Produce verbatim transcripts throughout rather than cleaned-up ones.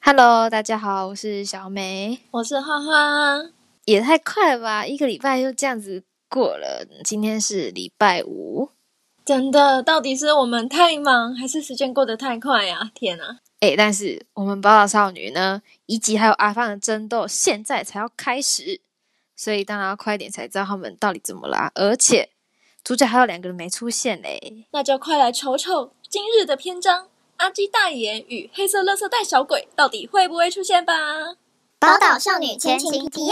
Hello， 大家好，我是小美， 我是花花。 也太快了吧，一个礼拜就这样子过了。今天是礼拜五， 真的，到底是我们太忙，还是时间过得太快啊？天啊！ 哎，但是我们宝岛少女呢，以及还有阿芳的争斗，现在才要开始，所以当然要快点才知道他们到底怎么啦。而且主角还有两个人没出现嘞， 那就快来瞅瞅今日的篇章。阿基大爷与黑色垃圾袋小鬼到底会不会出现吧？ 宝岛少女前情提要。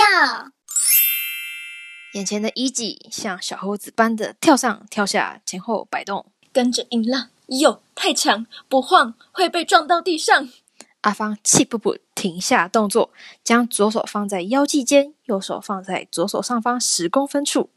眼前的伊吉像小猴子般的跳上跳下，前后摆动， 跟着音浪，哟，太强，不晃会被撞到地上。 阿芳气不不停下动作，将左手放在腰际间，右手放在左手上方十公分处。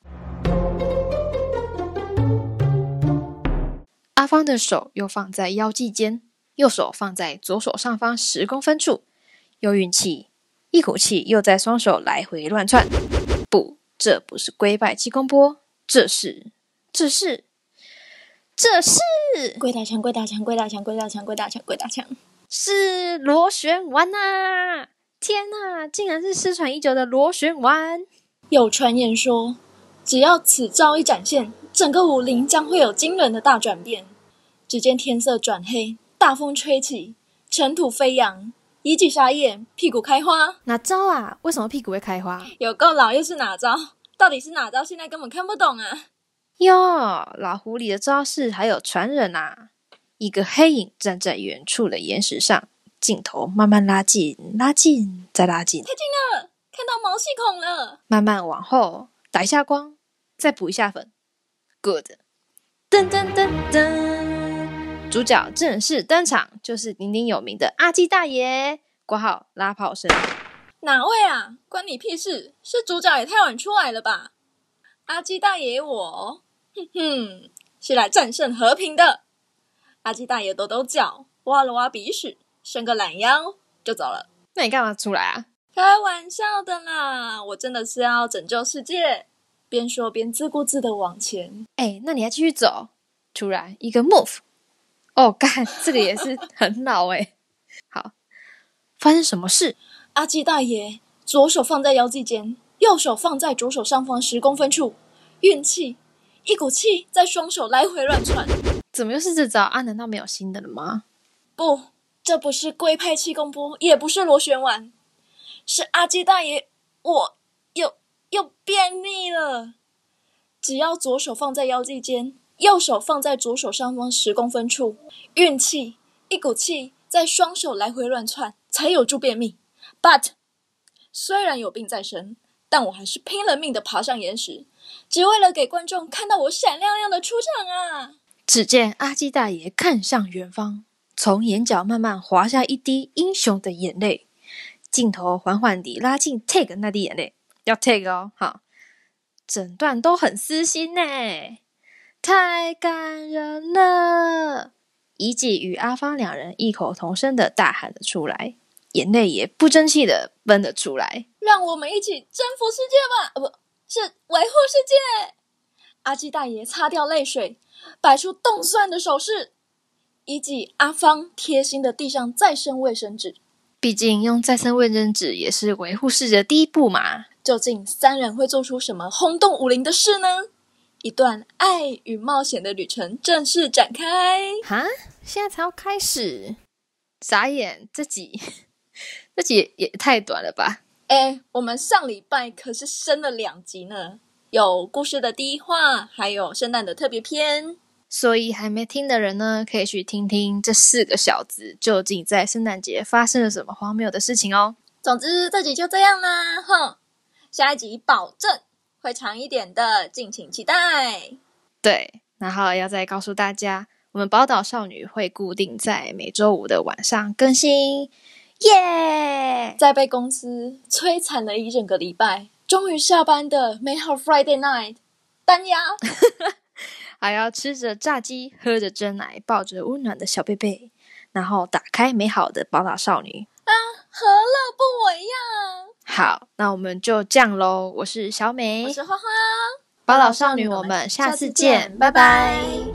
阿芳的手又放在腰际间，右手放在左手上方十公分处。有运气，一股气又在双手来回乱窜。不，这不是龟拜气功波，这是，这是，这是龟大强，龟大强，龟大强，龟大强，龟大强，龟大强， 是螺旋丸啊！天哪，竟然是失传已久的螺旋丸！ 有传言说，只要此招一展现，整个武林将会有惊人的大转变。只见天色转黑，大风吹起，尘土飞扬，一记沙叶，屁股开花。 哪招啊？为什么屁股会开花？ 有够老，又是哪招？到底是哪招？现在根本看不懂啊！ 哟，老狐狸的招式还有传人啊！一个黑影站在远处的岩石上，镜头慢慢拉近，拉近，再拉近， 太近了，看到毛细孔了。 慢慢往后打一下光，再补一下粉。Good， 噔噔噔噔，主角正式登场，就是鼎鼎有名的阿基大爷，括号拉炮声。 哪位啊？关你屁事！是主角也太晚出来了吧？阿基大爷我，哼哼，是来战胜和平的。阿基大爷抖抖脚，挖了挖鼻屎，伸个懒腰就走了。 那你干嘛出来啊？ 开玩笑的啦，我真的是要拯救世界。边说边自顾自的往前。 哎，那你还继续走。突然一个 move， 哦，干，这个也是很老哎。好，发生什么事？ 阿基大爷左手放在腰际间，右手放在左手上方十公分处，运气，一股气在双手来回乱窜。 怎么又是这招啊？难道没有新的了吗？ 不，这不是龟派气功波，也不是螺旋丸，是阿基大爷我又又便秘了。只要左手放在腰际间，右手放在左手上方十公分处，运气，一股气在双手来回乱窜，才有助便秘。But 虽然有病在身，但我还是拼了命的爬上岩石，只为了给观众看到我闪亮亮的出场啊！ 只见阿基大爷看向远方，从眼角慢慢滑下一滴英雄的眼泪，镜头缓缓地拉近 take 那滴眼泪，要 take 哦，好，整段都很撕心呢，太感人了。伊吉与阿芳两人异口同声的大喊了出来，眼泪也不争气的奔了出来。 让我们一起征服世界吧！呃，不是维护世界。阿基大爷擦掉泪水，摆出动算的手势。伊吉、阿芳贴心的递上再生卫生纸， 毕竟用再生卫生纸也是维护世界的第一步嘛。 究竟三人会做出什么轰动武林的事呢？一段爱与冒险的旅程正式展开。 哈，现在才要开始，傻眼！这集这集 也, 也太短了吧？ 哎，我们上礼拜可是升了两集呢，有故事的第一话，还有圣诞的特别篇。 所以还没听的人呢，可以去听听这四个小子究竟在圣诞节发生了什么荒谬的事情哦。 总之这集就这样啦，哼，下一集保证会长一点的，敬请期待。 对，然后要再告诉大家，我们宝岛少女会固定在每周五的晚上更新，耶、yeah! 在被公司摧残了一整个礼拜，终于下班的美好 Friday night， 单压还要吃着炸鸡，喝着珍奶，抱着温暖的小贝贝，然后打开美好的宝岛少女啊，何乐不为呀！ 好，那我们就这样咯，我是小美， 我是花花， 宝岛少女，我们下次见，拜拜。